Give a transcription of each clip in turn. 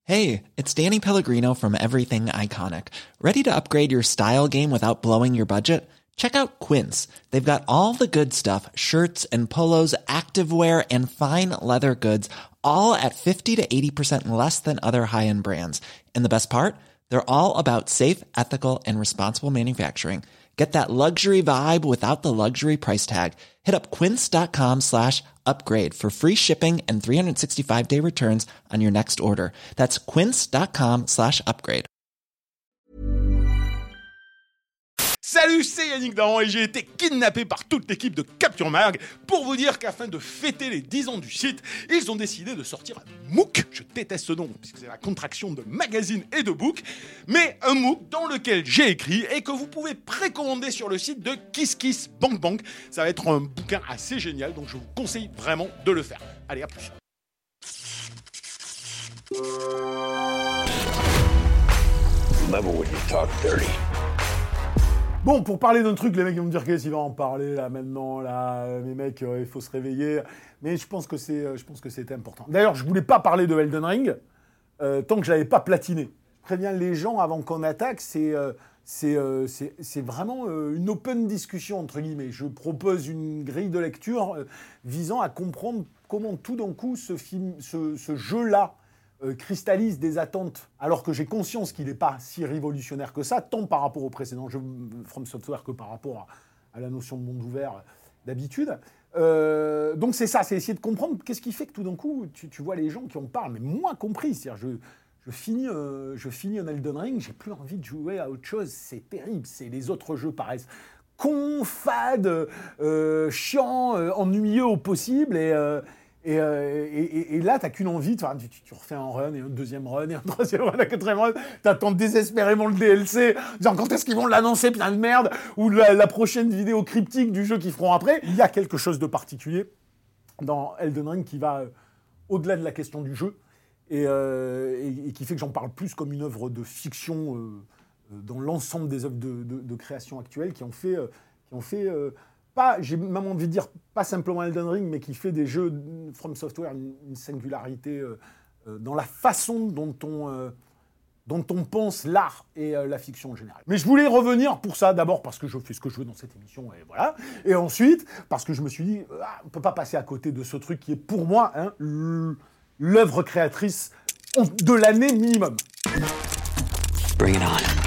Hey, it's Danny Pellegrino from Everything Iconic. Ready to upgrade your style game without blowing your budget? Check out Quince. They've got all the good stuff, shirts and polos, activewear, and fine leather goods, all at 50 to 80% less than other high-end brands. And the best part? They're all about safe, ethical, and responsible manufacturing. Get that luxury vibe without the luxury price tag. Hit up quince.com/upgrade for free shipping and 365-day returns on your next order. That's quince.com/upgrade. Salut, c'est Yannick Dahan et j'ai été kidnappé par toute l'équipe de Capture Mag pour vous dire qu'afin de fêter les 10 ans du site, ils ont décidé de sortir un MOOC. Je déteste ce nom puisque c'est la contraction de magazine et de book, mais un MOOC dans lequel j'ai écrit et que vous pouvez précommander sur le site de KissKissBankBank. Ça va être un bouquin assez génial, donc je vous conseille vraiment de le faire. Allez, à plus. Never would you talk dirty. Bon, pour parler d'un truc, les mecs vont me dire qu'est-ce qu'il va en parler là maintenant, là, mes mecs, il faut se réveiller. Mais je pense que c'était important. D'ailleurs, je voulais pas parler de Elden Ring tant que je l'avais pas platiné. Je préviens les gens avant qu'on attaque, c'est vraiment une open discussion entre guillemets. Je propose une grille de lecture visant à comprendre comment tout d'un coup ce jeu-là cristallise des attentes, alors que j'ai conscience qu'il n'est pas si révolutionnaire que ça, tant par rapport au précédent jeu From Software que par rapport à la notion de monde ouvert d'habitude. Donc c'est ça, c'est essayer de comprendre qu'est-ce qui fait que tout d'un coup, tu vois les gens qui en parlent, mais moins compris. C'est-à-dire, je finis un Elden Ring, j'ai plus envie de jouer à autre chose, c'est terrible. Les autres jeux paraissent cons, fades, chiants, ennuyeux au possible, et là, t'as qu'une envie, tu refais un run, et un deuxième run, et un troisième run, un quatrième run, t'attends désespérément le DLC, disant quand est-ce qu'ils vont l'annoncer, putain de merde, ou la prochaine vidéo cryptique du jeu qu'ils feront après. Il y a quelque chose de particulier dans Elden Ring qui va au-delà de la question du jeu, et qui fait que j'en parle plus comme une œuvre de fiction dans l'ensemble des œuvres de création actuelles qui ont fait pas, j'ai même envie de dire, pas simplement Elden Ring, mais qui fait des jeux From Software une singularité dans la façon dont on pense l'art et la fiction en général. Mais je voulais revenir pour ça, d'abord parce que je fais ce que je veux dans cette émission, et voilà. Et ensuite, parce que je me suis dit, on peut pas passer à côté de ce truc qui est pour moi l'œuvre créatrice de l'année minimum. Bring it on.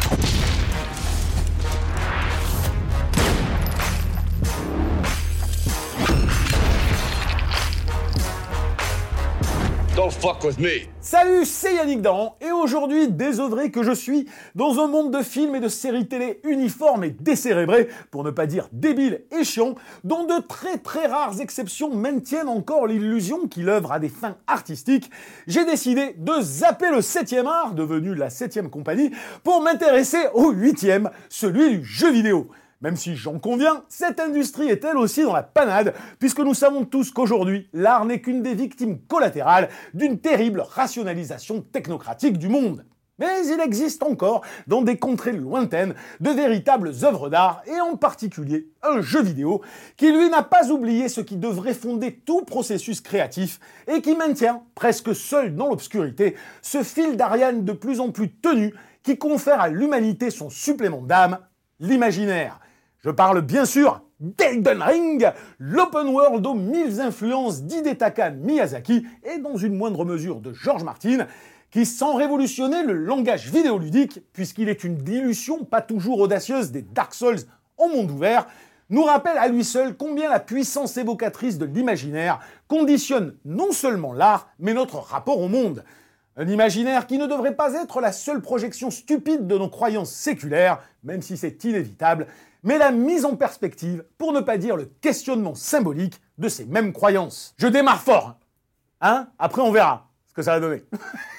Don't fuck with me. Salut, c'est Yannick Dahan, et aujourd'hui, désœuvré que je suis, dans un monde de films et de séries télé uniformes et décérébrés, pour ne pas dire débiles et chiants, dont de très très rares exceptions maintiennent encore l'illusion qu'il œuvre à des fins artistiques, j'ai décidé de zapper le 7e art, devenu la 7e compagnie, pour m'intéresser au 8e, celui du jeu vidéo. Même si j'en conviens, cette industrie est elle aussi dans la panade, puisque nous savons tous qu'aujourd'hui, l'art n'est qu'une des victimes collatérales d'une terrible rationalisation technocratique du monde. Mais il existe encore, dans des contrées lointaines, de véritables œuvres d'art, et en particulier un jeu vidéo, qui lui n'a pas oublié ce qui devrait fonder tout processus créatif, et qui maintient, presque seul dans l'obscurité, ce fil d'Ariane de plus en plus tenu, qui confère à l'humanité son supplément d'âme, l'imaginaire. Je parle bien sûr d'Elden Ring, l'open world aux 1000 influences d'Hidetaka Miyazaki et dans une moindre mesure de George Martin, qui sans révolutionner le langage vidéoludique, puisqu'il est une dilution pas toujours audacieuse des Dark Souls en monde ouvert, nous rappelle à lui seul combien la puissance évocatrice de l'imaginaire conditionne non seulement l'art, mais notre rapport au monde. Un imaginaire qui ne devrait pas être la seule projection stupide de nos croyances séculaires, même si c'est inévitable, mais la mise en perspective, pour ne pas dire le questionnement symbolique de ces mêmes croyances. Je démarre fort, hein ? Après on verra ce que ça va donner.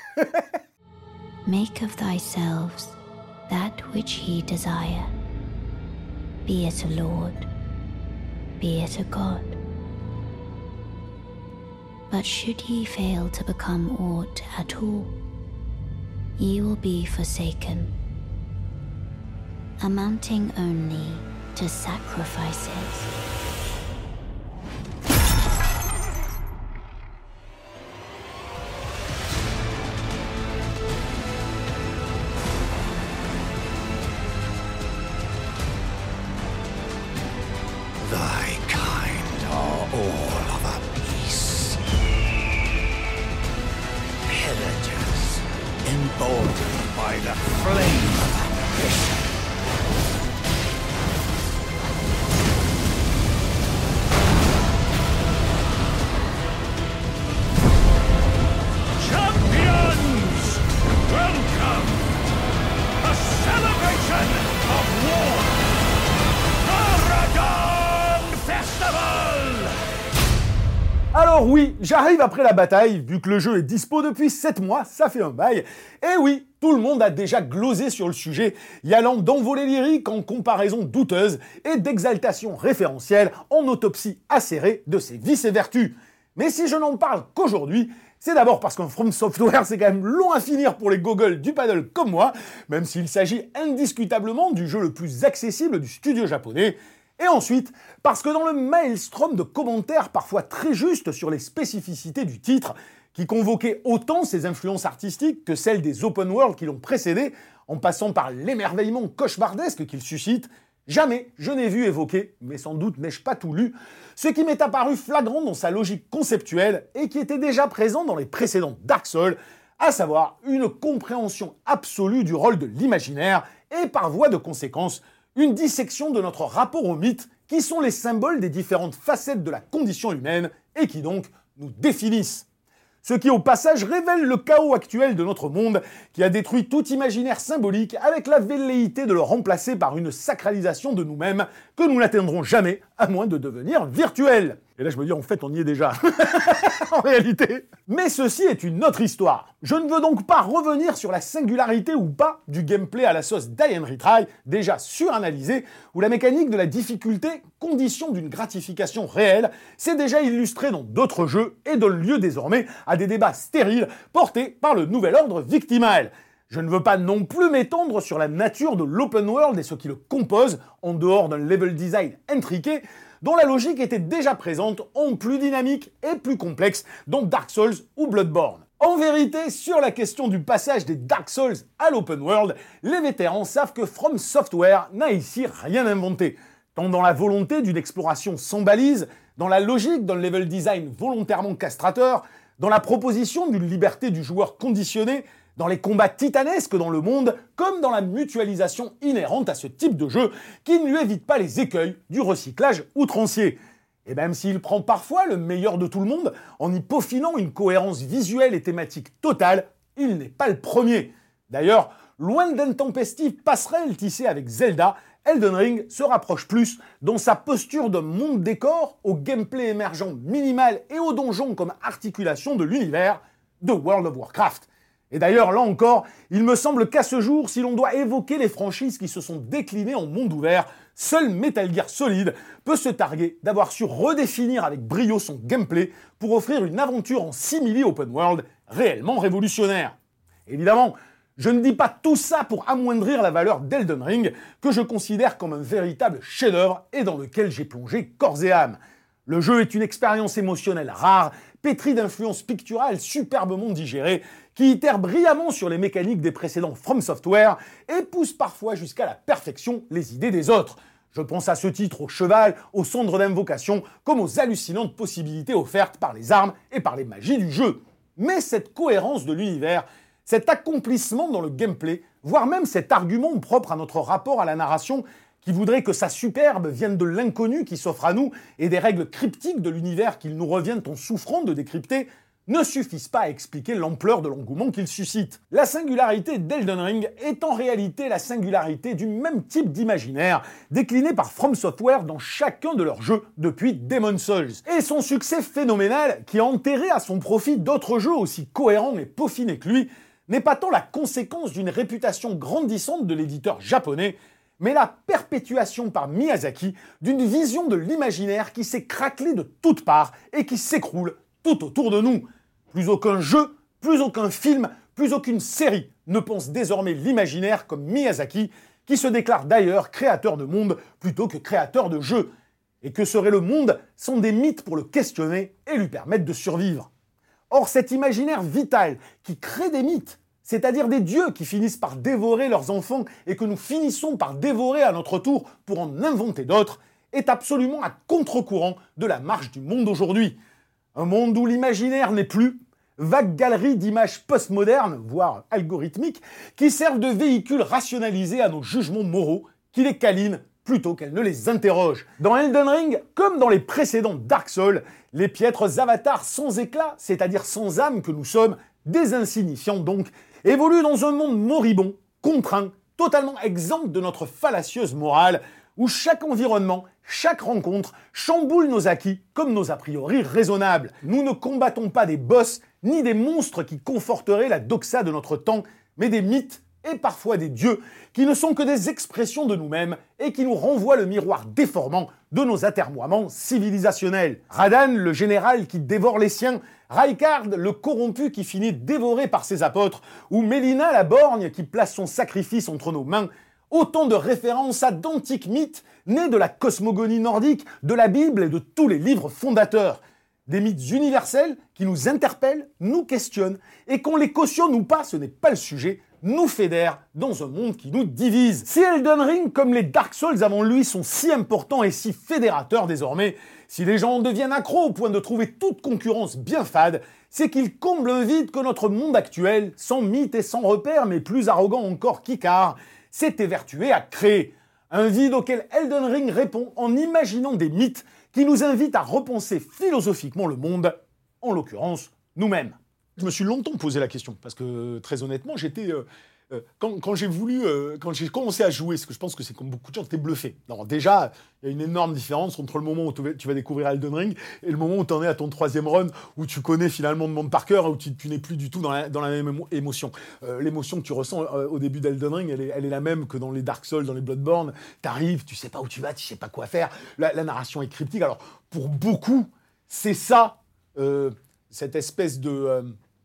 Make of thyselves that which ye desire, be it a lord, be it a god. But should ye fail to become aught at all, ye will be forsaken, amounting only to sacrifices. emboldened by the flame of ambition. Champions, welcome! A celebration of war! Aragon Festival! Alors oui, j'arrive après la bataille, vu que le jeu est dispo depuis 7 mois, ça fait un bail. Et oui, tout le monde a déjà glosé sur le sujet, y allant d'envolées lyriques en comparaison douteuse et d'exaltation référentielle en autopsie acérée de ses vices et vertus. Mais si je n'en parle qu'aujourd'hui, c'est d'abord parce qu'un From Software, c'est quand même long à finir pour les gogoles du paddle comme moi, même s'il s'agit indiscutablement du jeu le plus accessible du studio japonais. Et ensuite, parce que dans le maelstrom de commentaires parfois très justes sur les spécificités du titre, qui convoquaient autant ses influences artistiques que celles des open world qui l'ont précédé, en passant par l'émerveillement cauchemardesque qu'il suscite, jamais je n'ai vu évoquer, mais sans doute n'ai-je pas tout lu, ce qui m'est apparu flagrant dans sa logique conceptuelle et qui était déjà présent dans les précédents Dark Souls, à savoir une compréhension absolue du rôle de l'imaginaire et par voie de conséquence, une dissection de notre rapport aux mythes qui sont les symboles des différentes facettes de la condition humaine et qui donc nous définissent. Ce qui au passage révèle le chaos actuel de notre monde qui a détruit tout imaginaire symbolique avec la velléité de le remplacer par une sacralisation de nous-mêmes que nous n'atteindrons jamais à moins de devenir virtuels. Et là je me dis en fait on y est déjà, en réalité. Mais ceci est une autre histoire. Je ne veux donc pas revenir sur la singularité ou pas du gameplay à la sauce Die and Retry, déjà suranalysé, où la mécanique de la difficulté, condition d'une gratification réelle, s'est déjà illustrée dans d'autres jeux et donne lieu désormais à des débats stériles portés par le nouvel ordre victimal. Je ne veux pas non plus m'étendre sur la nature de l'open world et ce qui le compose, en dehors d'un level design intriqué, dont la logique était déjà présente en plus dynamique et plus complexe dans Dark Souls ou Bloodborne. En vérité, sur la question du passage des Dark Souls à l'open world, les vétérans savent que From Software n'a ici rien inventé, tant dans la volonté d'une exploration sans balises, dans la logique d'un level design volontairement castrateur, dans la proposition d'une liberté du joueur conditionné, dans les combats titanesques dans le monde, comme dans la mutualisation inhérente à ce type de jeu, qui ne lui évite pas les écueils du recyclage outrancier. Et même s'il prend parfois le meilleur de tout le monde, en y peaufinant une cohérence visuelle et thématique totale, il n'est pas le premier. D'ailleurs, loin d'intempestives passerelles tissées avec Zelda, Elden Ring se rapproche plus, dans sa posture de monde décor, au gameplay émergent minimal et au donjon comme articulation de l'univers, de World of Warcraft. Et d'ailleurs, là encore, il me semble qu'à ce jour, si l'on doit évoquer les franchises qui se sont déclinées en monde ouvert, seul Metal Gear Solid peut se targuer d'avoir su redéfinir avec brio son gameplay pour offrir une aventure en simili open world réellement révolutionnaire. Évidemment, je ne dis pas tout ça pour amoindrir la valeur d'Elden Ring, que je considère comme un véritable chef-d'œuvre et dans lequel j'ai plongé corps et âme. Le jeu est une expérience émotionnelle rare, pétrie d'influences picturales superbement digérées, qui itère brillamment sur les mécaniques des précédents From Software et pousse parfois jusqu'à la perfection les idées des autres. Je pense à ce titre au cheval, aux cendres d'invocation, comme aux hallucinantes possibilités offertes par les armes et par les magies du jeu. Mais cette cohérence de l'univers, cet accomplissement dans le gameplay, voire même cet argument propre à notre rapport à la narration, qui voudrait que sa superbe vienne de l'inconnu qui s'offre à nous et des règles cryptiques de l'univers qu'il nous revient en souffrant de décrypter, ne suffisent pas à expliquer l'ampleur de l'engouement qu'il suscite. La singularité d'Elden Ring est en réalité la singularité du même type d'imaginaire décliné par From Software dans chacun de leurs jeux depuis Demon's Souls. Et son succès phénoménal, qui a enterré à son profit d'autres jeux aussi cohérents et peaufinés que lui, n'est pas tant la conséquence d'une réputation grandissante de l'éditeur japonais, mais la perpétuation par Miyazaki d'une vision de l'imaginaire qui s'est craquelée de toutes parts et qui s'écroule tout autour de nous. Plus aucun jeu, plus aucun film, plus aucune série ne pense désormais l'imaginaire comme Miyazaki, qui se déclare d'ailleurs créateur de monde plutôt que créateur de jeux. Et que serait le monde sans des mythes pour le questionner et lui permettre de survivre? Or, cet imaginaire vital qui crée des mythes, c'est-à-dire des dieux qui finissent par dévorer leurs enfants et que nous finissons par dévorer à notre tour pour en inventer d'autres, est absolument à contre-courant de la marche du monde aujourd'hui. Un monde où l'imaginaire n'est plus, vague galerie d'images postmodernes, voire algorithmiques, qui servent de véhicules rationalisés à nos jugements moraux, qui les câlinent plutôt qu'elles ne les interrogent. Dans Elden Ring, comme dans les précédents Dark Souls, les piètres avatars sans éclat, c'est-à-dire sans âme que nous sommes, des insignifiants donc, évoluent dans un monde moribond, contraint, totalement exempt de notre fallacieuse morale, où chaque environnement, chaque rencontre chamboule nos acquis comme nos a priori raisonnables. Nous ne combattons pas des boss ni des monstres qui conforteraient la doxa de notre temps, mais des mythes et parfois des dieux qui ne sont que des expressions de nous-mêmes et qui nous renvoient le miroir déformant de nos atermoiements civilisationnels. Radan, le général qui dévore les siens, Raikard, le corrompu qui finit dévoré par ses apôtres, ou Mélina, la borgne qui place son sacrifice entre nos mains, autant de références à d'antiques mythes nés de la cosmogonie nordique, de la Bible et de tous les livres fondateurs. Des mythes universels qui nous interpellent, nous questionnent, et qu'on les cautionne ou pas, ce n'est pas le sujet, nous fédèrent dans un monde qui nous divise. Si Elden Ring, comme les Dark Souls avant lui, sont si importants et si fédérateurs désormais, si les gens deviennent accros au point de trouver toute concurrence bien fade, c'est qu'ils comblent un vide que notre monde actuel, sans mythes et sans repères, mais plus arrogant encore qu'Icare, s'est évertué à créer. Un vide auquel Elden Ring répond en imaginant des mythes qui nous invitent à repenser philosophiquement le monde, en l'occurrence nous-mêmes. Je me suis longtemps posé la question, parce que très honnêtement, j'étais... quand j'ai commencé à jouer, parce que je pense que c'est comme beaucoup de gens, t'es bluffé. Alors déjà, il y a une énorme différence entre le moment où tu vas découvrir Elden Ring et le moment où t'en es à ton 3e run, où tu connais finalement le monde par cœur, où tu n'es plus du tout dans la même émotion. L'émotion que tu ressens au début d'Elden Ring, elle est la même que dans les Dark Souls, dans les Bloodborne. T'arrives, tu sais pas où tu vas, tu sais pas quoi faire. La narration est cryptique. Alors, pour beaucoup, c'est ça, cette espèce de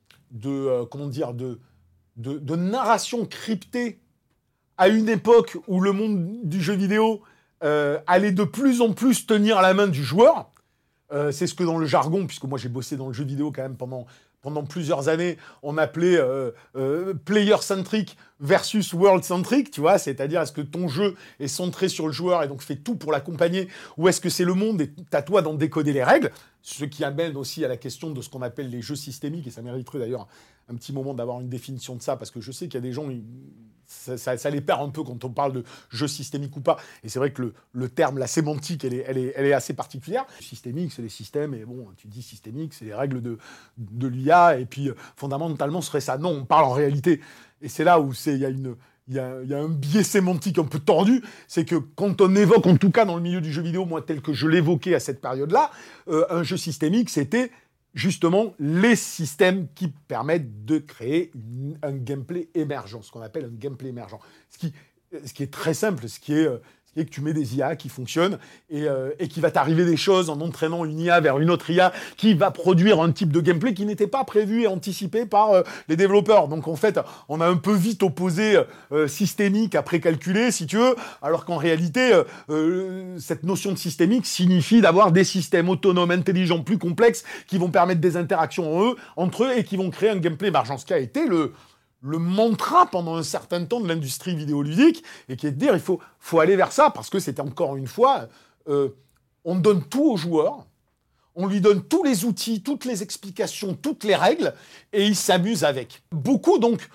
narration cryptée à une époque où le monde du jeu vidéo allait de plus en plus tenir la main du joueur. C'est ce que dans le jargon, puisque moi j'ai bossé dans le jeu vidéo quand même pendant plusieurs années, on appelait player-centric versus world-centric, tu vois, c'est-à-dire est-ce que ton jeu est centré sur le joueur et donc fait tout pour l'accompagner, ou est-ce que c'est le monde et à toi d'en décoder les règles, ce qui amène aussi à la question de ce qu'on appelle les jeux systémiques, et ça mériterait d'ailleurs un petit moment d'avoir une définition de ça, parce que je sais qu'il y a des gens, ça les perd un peu quand on parle de jeu systémique ou pas, et c'est vrai que le terme, la sémantique, elle est assez particulière. Systémique, c'est les systèmes, et bon, tu dis systémique, c'est les règles de l'IA, et puis fondamentalement, ce serait ça. Non, on parle en réalité, et c'est là où il y a un biais sémantique un peu tordu, c'est que quand on évoque, en tout cas dans le milieu du jeu vidéo, moi tel que je l'évoquais à cette période-là, un jeu systémique, c'était justement les systèmes qui permettent de créer un gameplay émergent, ce qu'on appelle un gameplay émergent. Ce qui est très simple, ce qui est que tu mets des IA qui fonctionnent et qui va t'arriver des choses en entraînant une IA vers une autre IA qui va produire un type de gameplay qui n'était pas prévu et anticipé par les développeurs. Donc en fait, on a un peu vite opposé systémique à précalculé, si tu veux, alors qu'en réalité, cette notion de systémique signifie d'avoir des systèmes autonomes, intelligents, plus complexes, qui vont permettre des interactions entre eux et qui vont créer un gameplay émergent. Ce qui a été le mantra pendant un certain temps de l'industrie vidéoludique, et qui est de dire il faut aller vers ça, parce que c'était encore une fois, on donne tout au joueur, on lui donne tous les outils, toutes les explications, toutes les règles, et il s'amuse avec. Beaucoup donc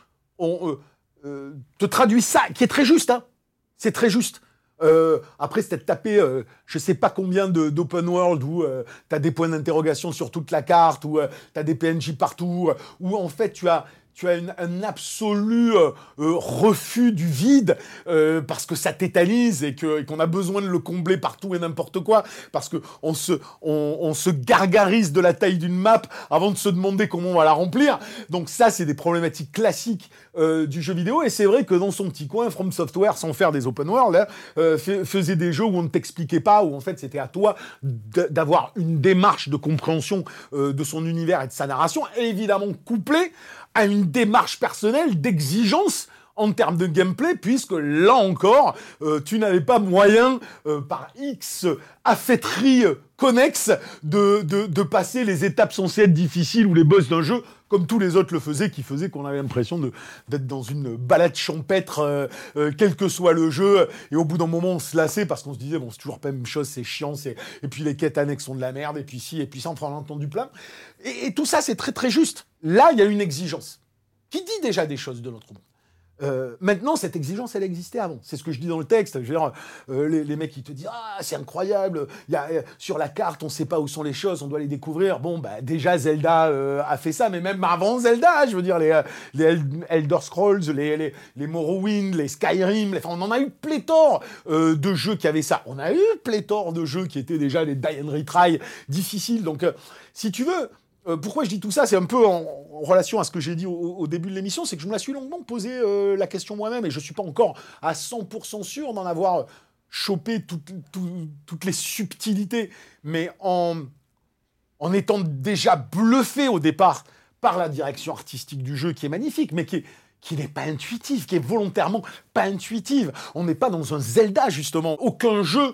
te traduisent ça, qui est très juste, hein. C'est très juste. Après, c'était de taper je sais pas combien d'open world où t'as des points d'interrogation sur toute la carte, où t'as des PNJ partout, où en fait tu as un absolu refus du vide parce que ça tétanise et qu'on a besoin de le combler partout et n'importe quoi, parce qu'on se gargarise de la taille d'une map avant de se demander comment on va la remplir. Donc ça, c'est des problématiques classiques du jeu vidéo, et c'est vrai que dans son petit coin, From Software, sans faire des open world, faisait des jeux où on ne t'expliquait pas, où en fait c'était à toi d'avoir une démarche de compréhension de son univers et de sa narration, évidemment couplée à une démarche personnelle d'exigence en termes de gameplay, puisque là encore, tu n'avais pas moyen, par X affaîtrie connexe, de passer les étapes censées être difficiles ou les boss d'un jeu comme tous les autres le faisaient, qui faisaient qu'on avait l'impression d'être dans une balade champêtre, quel que soit le jeu, et au bout d'un moment on se lassait parce qu'on se disait bon c'est toujours pas la même chose, c'est chiant, et puis les quêtes annexes sont de la merde, et puis ci, et puis ça, on en a entendu plein, et tout ça c'est très très juste. Là il y a une exigence qui dit déjà des choses de notre monde. Maintenant, cette exigence, elle existait avant. C'est ce que je dis dans le texte. Je veux dire, les mecs, ils te disent « Ah, c'est incroyable, sur la carte, on ne sait pas où sont les choses, on doit les découvrir. » Bon, bah, déjà, Zelda a fait ça, mais même avant Zelda, je veux dire, les Elder Scrolls, les Morrowind, les Skyrim, on en a eu pléthore de jeux qui avaient ça. On a eu pléthore de jeux qui étaient déjà les Die and Retry difficiles. Donc, si tu veux... pourquoi je dis tout ça, c'est un peu en relation à ce que j'ai dit au début de l'émission, c'est que je me la suis longuement posé la question moi-même, et je ne suis pas encore à 100% sûr d'en avoir chopé toutes les subtilités, mais en étant déjà bluffé au départ par la direction artistique du jeu qui est magnifique, mais qui n'est pas intuitive, qui est volontairement pas intuitive. On n'est pas dans un Zelda, justement. Aucun jeu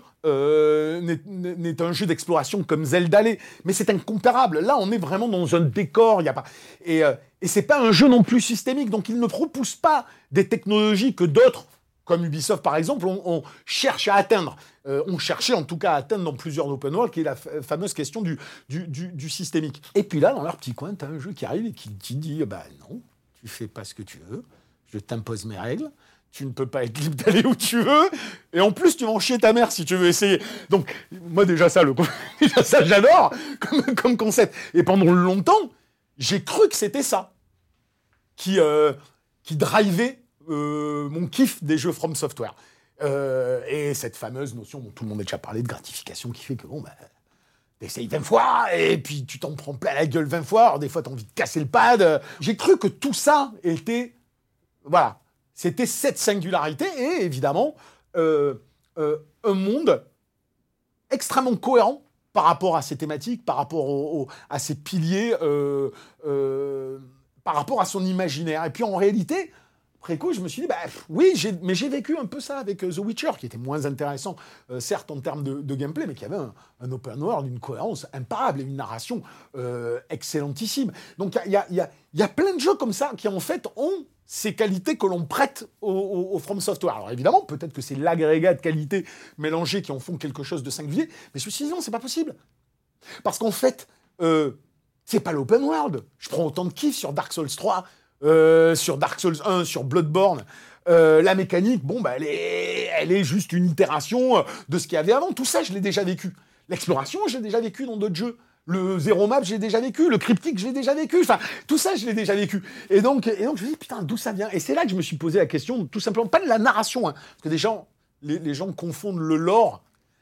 n'est un jeu d'exploration comme Zelda l'est, mais c'est incomparable. Là, on est vraiment dans un décor, y a pas... Et c'est pas un jeu non plus systémique, donc il ne propose pas des technologies que d'autres, comme Ubisoft par exemple, on cherche à atteindre. On cherchait en tout cas à atteindre dans plusieurs open world, qui est la fameuse question du systémique. Et puis là, dans leur petit coin, t'as un jeu qui arrive et qui dit, bah non, tu fais pas ce que tu veux, je t'impose mes règles, tu ne peux pas être libre d'aller où tu veux, et en plus tu vas en chier ta mère si tu veux essayer. Donc moi déjà ça j'adore comme concept. Et pendant longtemps, j'ai cru que c'était ça qui drivait mon kiff des jeux From Software. Et cette fameuse notion dont tout le monde a déjà parlé de gratification qui fait que bon bah t'essayes 20 fois, et puis tu t'en prends plein la gueule 20 fois, alors des fois t'as envie de casser le pad. J'ai cru que tout ça était... Voilà. C'était cette singularité, et évidemment, un monde extrêmement cohérent par rapport à ses thématiques, par rapport à ses piliers, par rapport à son imaginaire. Et puis en réalité... Après coup, je me suis dit, oui, mais j'ai vécu un peu ça avec The Witcher, qui était moins intéressant, certes en termes de gameplay, mais qui avait un open world, une cohérence imparable et une narration excellentissime. Donc il y a plein de jeux comme ça qui en fait ont ces qualités que l'on prête au From Software. Alors évidemment, peut-être que c'est l'agrégat de qualités mélangées qui en font quelque chose de singulier, mais je me suis dit non, c'est pas possible. Parce qu'en fait, c'est pas l'open world. Je prends autant de kiff sur Dark Souls 3, sur Dark Souls 1, sur Bloodborne, la mécanique, bon, bah, elle est juste une itération de ce qu'il y avait avant. Tout ça, je l'ai déjà vécu. L'exploration, je l'ai déjà vécu dans d'autres jeux. Le zéro map, je l'ai déjà vécu. Le cryptique, je l'ai déjà vécu. Enfin, tout ça, je l'ai déjà vécu. Et donc je me dis, putain, d'où ça vient? Et c'est là que je me suis posé la question, tout simplement, pas de la narration, hein, parce que les gens confondent le lore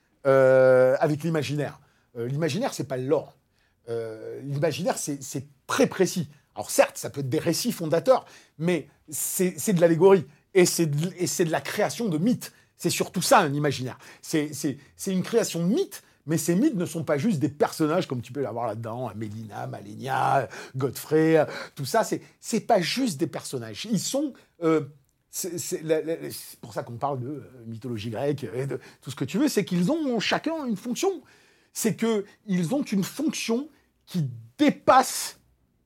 avec l'imaginaire. L'imaginaire, c'est pas le lore. L'imaginaire, c'est très précis. Alors certes, ça peut être des récits fondateurs, mais c'est de l'allégorie, et c'est de la création de mythes. C'est surtout ça, un imaginaire. C'est une création de mythes, mais ces mythes ne sont pas juste des personnages, comme tu peux l'avoir là-dedans, Mélina, Malenia, Godfrey, tout ça, c'est pas juste des personnages. Ils sont... c'est pour ça qu'on parle de mythologie grecque, et de tout ce que tu veux, c'est qu'ils ont chacun une fonction. C'est qu'ils ont une fonction qui dépasse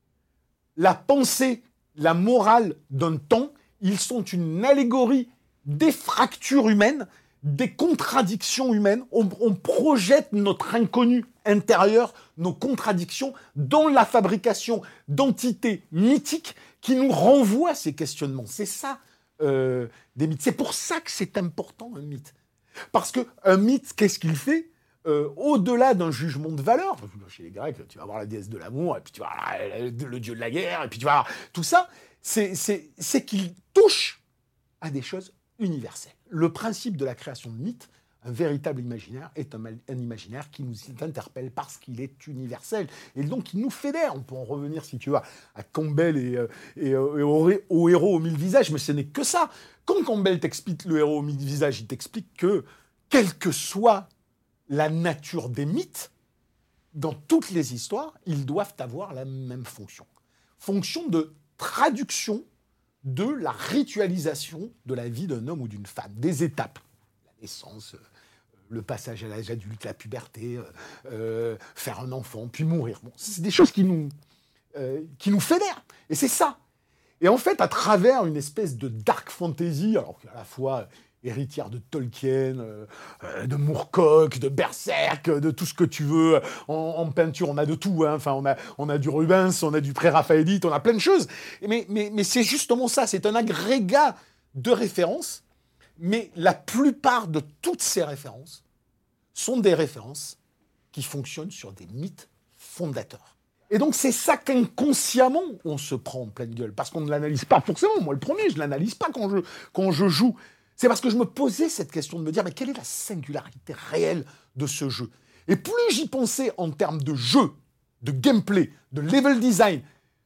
la pensée, la morale d'un temps. Ils sont une allégorie des fractures humaines, des contradictions humaines. On projette notre inconnu intérieur, nos contradictions, dans la fabrication d'entités mythiques qui nous renvoient ces questionnements. C'est ça, des mythes. C'est pour ça que c'est important, un mythe. Parce qu'un mythe, qu'est-ce qu'il fait ? Au-delà d'un jugement de valeur, chez les Grecs, tu vas avoir la déesse de l'amour, et puis tu vas avoir le dieu de la guerre, et puis tu vas avoir tout ça, c'est qu'il touche à des choses universelles. Le principe de la création de mythes, un véritable imaginaire, est un imaginaire qui nous interpelle parce qu'il est universel, et donc il nous fédère. On peut en revenir, si tu veux, à Campbell et au héros aux 1000 visages, mais ce n'est que ça. Quand Campbell t'explique le héros aux 1000 visages, il t'explique que, quel que soit la nature des mythes, dans toutes les histoires, ils doivent avoir la même fonction. Fonction de traduction de la ritualisation de la vie d'un homme ou d'une femme, des étapes. La naissance, le passage à l'âge adulte, la puberté, faire un enfant, puis mourir. Bon, c'est des choses qui nous qui nous fédère. Et c'est ça. Et en fait, à travers une espèce de dark fantasy, alors qu'à la fois héritière de Tolkien, de Moorcock, de Berserk, de tout ce que tu veux. En peinture, on a de tout. Hein. Enfin, on a du Rubens, on a du pré-raphaélite, on a plein de choses. Mais c'est justement ça. C'est un agrégat de références. Mais la plupart de toutes ces références sont des références qui fonctionnent sur des mythes fondateurs. Et donc, c'est ça qu'inconsciemment, on se prend en pleine gueule. Parce qu'on ne l'analyse pas forcément. Moi, le premier, je ne l'analyse pas quand je joue. C'est parce que je me posais cette question de me dire, mais quelle est la singularité réelle de ce jeu ? Et plus j'y pensais en termes de jeu, de gameplay, de level design,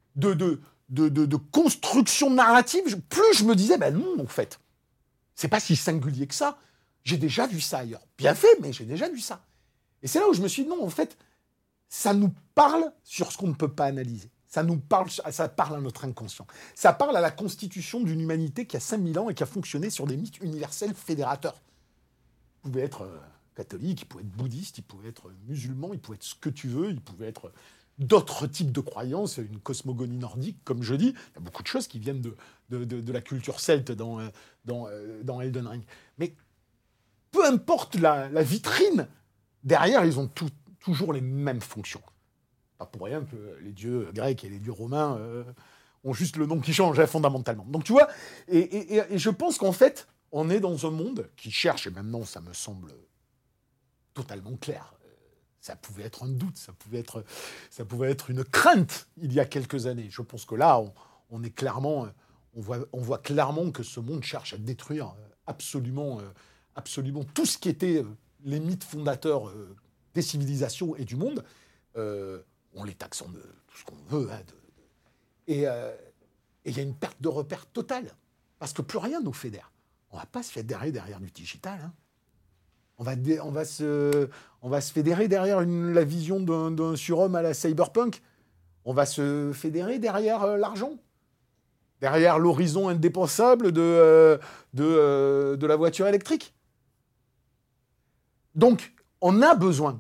de construction narrative, plus je me disais, ben non, en fait, c'est pas si singulier que ça. J'ai déjà vu ça ailleurs. Bien fait, mais j'ai déjà vu ça. Et c'est là où je me suis dit, non, en fait, ça nous parle sur ce qu'on ne peut pas analyser. Ça parle à notre inconscient. Ça parle à la constitution d'une humanité qui a 5000 ans et qui a fonctionné sur des mythes universels fédérateurs. Il pouvait être catholique, il pouvait être bouddhiste, il pouvait être musulman, il pouvait être ce que tu veux, il pouvait être d'autres types de croyances, une cosmogonie nordique, comme je dis. Il y a beaucoup de choses qui viennent de la culture celte dans Elden Ring. Mais peu importe la vitrine, derrière, ils ont toujours les mêmes fonctions. Pas pour rien que les dieux grecs et les dieux romains ont juste le nom qui change, hein, fondamentalement. Donc tu vois, et je pense qu'en fait, on est dans un monde qui cherche, et maintenant ça me semble totalement clair. Ça pouvait être un doute, ça pouvait être une crainte il y a quelques années. Je pense que là, on est clairement, on voit clairement que ce monde cherche à détruire absolument tout ce qui était les mythes fondateurs des civilisations et du monde. On les taxe de tout ce qu'on veut. Hein, et il y a une perte de repère totale. Parce que plus rien nous fédère. On ne va pas se fédérer derrière du digital. Hein. On va se fédérer derrière la vision d'un surhomme à la cyberpunk. On va se fédérer derrière l'argent. Derrière l'horizon indépensable de la voiture électrique. Donc, on a besoin,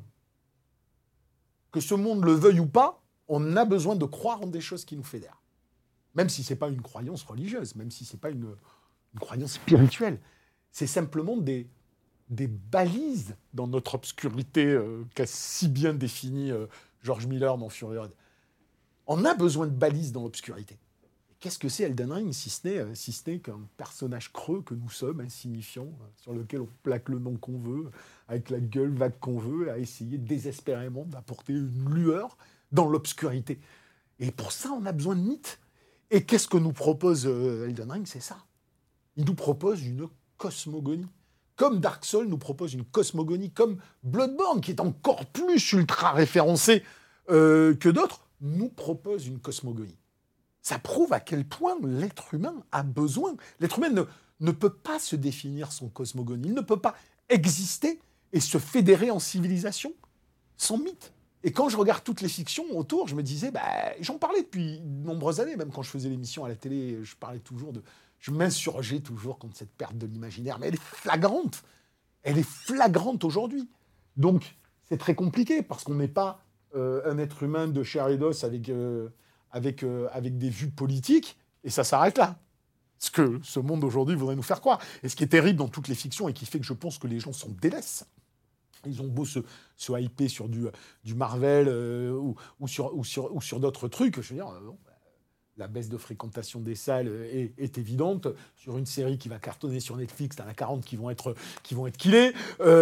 que ce monde le veuille ou pas, on a besoin de croire en des choses qui nous fédèrent. Même si ce n'est pas une croyance religieuse, même si ce n'est pas une croyance spirituelle. C'est simplement des balises dans notre obscurité qu'a si bien défini George Miller dans Fury Road. On a besoin de balises dans l'obscurité. Et qu'est-ce que c'est Elden Ring si ce n'est qu'un personnage creux que nous sommes, insignifiant, sur lequel on plaque le nom qu'on veut, avec la gueule vague qu'on veut, à essayer désespérément d'apporter une lueur dans l'obscurité. Et pour ça, on a besoin de mythes. Et qu'est-ce que nous propose Elden Ring ? C'est ça. Il nous propose une cosmogonie. Comme Dark Souls nous propose une cosmogonie, comme Bloodborne, qui est encore plus ultra référencé que d'autres, nous propose une cosmogonie. Ça prouve à quel point l'être humain a besoin. L'être humain ne peut pas se définir sans cosmogonie. Il ne peut pas exister et se fédérer en civilisation sans mythe. Et quand je regarde toutes les fictions autour, je me disais, j'en parlais depuis de nombreuses années, même quand je faisais l'émission à la télé, je m'insurgeais toujours contre cette perte de l'imaginaire, mais elle est flagrante. Elle est flagrante aujourd'hui. Donc, c'est très compliqué, parce qu'on n'est pas un être humain de chair et d'os avec des vues politiques, et ça s'arrête là. Ce que ce monde aujourd'hui voudrait nous faire croire. Et ce qui est terrible dans toutes les fictions, et qui fait que je pense que les gens s'en délaissent, ils ont beau se hyper sur du Marvel ou sur d'autres trucs, je veux dire, la baisse de fréquentation des salles est évidente. Sur une série qui va cartonner sur Netflix, t'en as 40 qui vont être killés.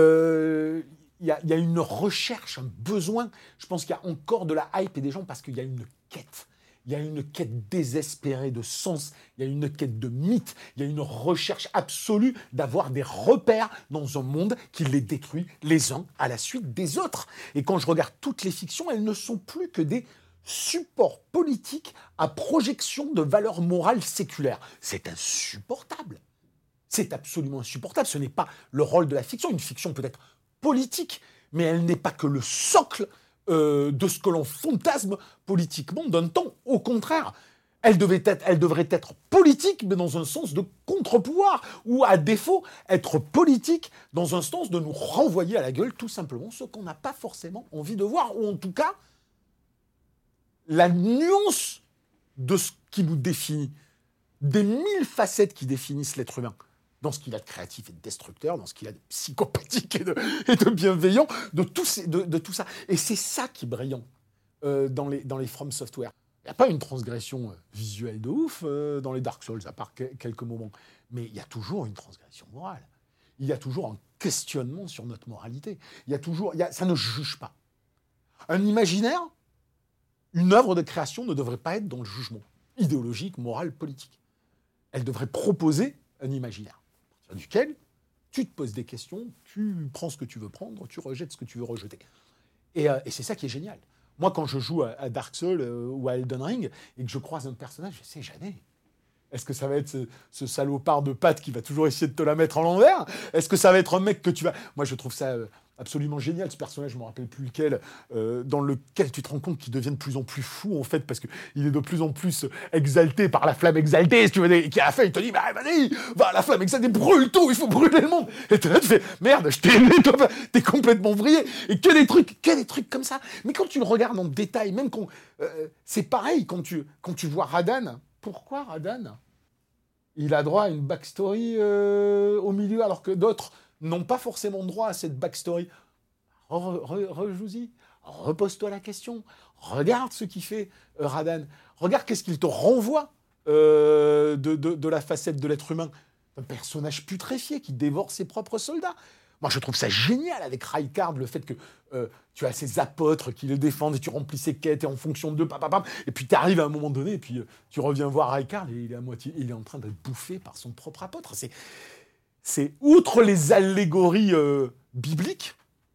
Il y a une recherche, un besoin. Je pense qu'il y a encore de la hype et des gens parce qu'il y a une quête. Il y a une quête désespérée de sens, il y a une quête de mythe, il y a une recherche absolue d'avoir des repères dans un monde qui les détruit les uns à la suite des autres. Et quand je regarde toutes les fictions, elles ne sont plus que des supports politiques à projection de valeurs morales séculaires. C'est insupportable. C'est absolument insupportable. Ce n'est pas le rôle de la fiction. Une fiction peut être politique, mais elle n'est pas que le socle de ce que l'on fantasme politiquement d'un temps. Au contraire, elle devrait être politique, mais dans un sens de contre-pouvoir, ou à défaut, être politique dans un sens de nous renvoyer à la gueule tout simplement ce qu'on n'a pas forcément envie de voir, ou en tout cas, la nuance de ce qui nous définit, des 1000 facettes qui définissent l'être humain, dans ce qu'il a de créatif et de destructeur, dans ce qu'il a de psychopathique et de bienveillant, de tout ça. Et c'est ça qui est brillant dans les From Software. Il n'y a pas une transgression visuelle de ouf dans les Dark Souls, à part quelques moments. Mais il y a toujours une transgression morale. Il y a toujours un questionnement sur notre moralité. Ça ne juge pas. Un imaginaire, une œuvre de création ne devrait pas être dans le jugement idéologique, moral, politique. Elle devrait proposer un imaginaire, à partir duquel tu te poses des questions, tu prends ce que tu veux prendre, tu rejettes ce que tu veux rejeter. Et c'est ça qui est génial. Moi, quand je joue à Dark Souls ou à Elden Ring et que je croise un personnage, je sais jamais. Est-ce que ça va être ce salopard de pattes qui va toujours essayer de te la mettre en l'envers ? Est-ce que ça va être un mec que tu vas... Moi, je trouve ça absolument génial, ce personnage, je ne me rappelle plus lequel, dans lequel tu te rends compte qu'il devient de plus en plus fou, en fait, parce qu'il est de plus en plus exalté par la flamme exaltée, si tu veux, et qui à la fin, il te dit, bah, vas-y, va, la flamme exaltée, brûle tout, il faut brûler le monde. Et tu fais, merde, je t'ai aimé, toi, t'es complètement vrillé. Et que des trucs comme ça. Mais quand tu le regardes en détail, même quand... c'est pareil, quand tu vois Radahn. Pourquoi Radahn, il a droit à une backstory au milieu, alors que d'autres n'ont pas forcément droit à cette backstory. Rejoue-y, repose-toi la question, regarde ce qu'il fait Radahn, regarde qu'est-ce qu'il te renvoie de la facette de l'être humain. Un personnage putréfié qui dévore ses propres soldats. Moi, je trouve ça génial avec Rykard, le fait que tu as ces apôtres qui le défendent et tu remplis ses quêtes et en fonction d'eux, et puis tu arrives à un moment donné et puis tu reviens voir Rykard et il est en train de bouffer par son propre apôtre. C'est outre les allégories bibliques,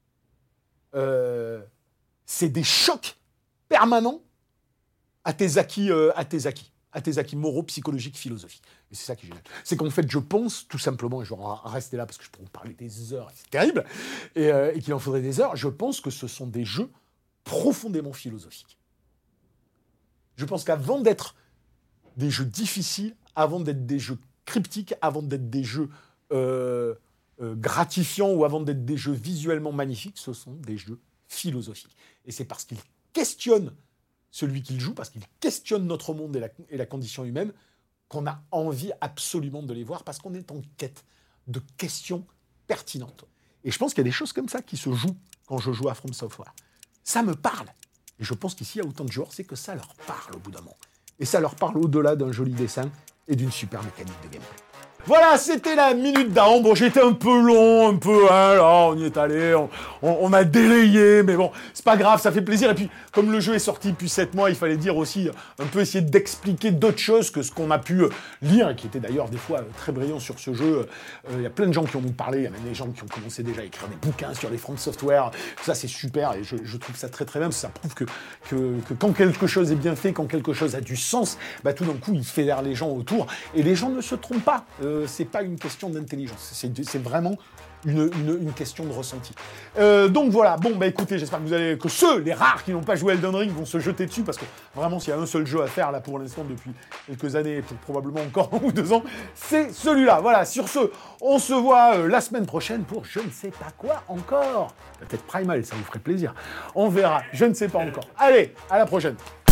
c'est des chocs permanents à tes acquis moraux, psychologiques, philosophiques. Et c'est ça qui est génial. C'est qu'en fait, je pense, tout simplement, et je vais rester là parce que je pourrais vous parler des heures, et c'est terrible, et qu'il en faudrait des heures, je pense que ce sont des jeux profondément philosophiques. Je pense qu'avant d'être des jeux difficiles, avant d'être des jeux cryptiques, avant d'être des jeux gratifiants ou avant d'être des jeux visuellement magnifiques, ce sont des jeux philosophiques. Et c'est parce qu'ils questionnent celui qui le joue, parce qu'il questionne notre monde et la condition humaine, qu'on a envie absolument de les voir, parce qu'on est en quête de questions pertinentes. Et je pense qu'il y a des choses comme ça qui se jouent quand je joue à From Software. Ça me parle. Et je pense qu'ici, il y a autant de joueurs, c'est que ça leur parle au bout d'un moment. Et ça leur parle au-delà d'un joli dessin et d'une super mécanique de gameplay. Voilà, c'était la Minute d'Aaron. Bon, j'étais un peu long, là, on y est allé, on a délayé, mais bon, c'est pas grave, ça fait plaisir. Et puis, comme le jeu est sorti depuis 7 mois, il fallait dire aussi, un peu essayer d'expliquer d'autres choses que ce qu'on a pu lire, et qui était d'ailleurs des fois très brillant sur ce jeu. Il y a plein de gens qui ont nous parlé, il y a même des gens qui ont commencé déjà à écrire des bouquins sur les From Software. Ça, c'est super, et je trouve ça très très bien, parce que ça prouve que quand quelque chose est bien fait, quand quelque chose a du sens, bah, tout d'un coup, il fédère les gens autour, et les gens ne se trompent pas. C'est pas une question d'intelligence, c'est vraiment une question de ressenti. Donc voilà, bon bah écoutez, j'espère que les rares qui n'ont pas joué Elden Ring vont se jeter dessus, parce que vraiment s'il y a un seul jeu à faire là pour l'instant depuis quelques années, et pour probablement encore 1 ou 2 ans, c'est celui-là. Voilà, sur ce, on se voit la semaine prochaine pour je ne sais pas quoi encore. Peut-être Primal, ça vous ferait plaisir. On verra, je ne sais pas encore. Allez, à la prochaine.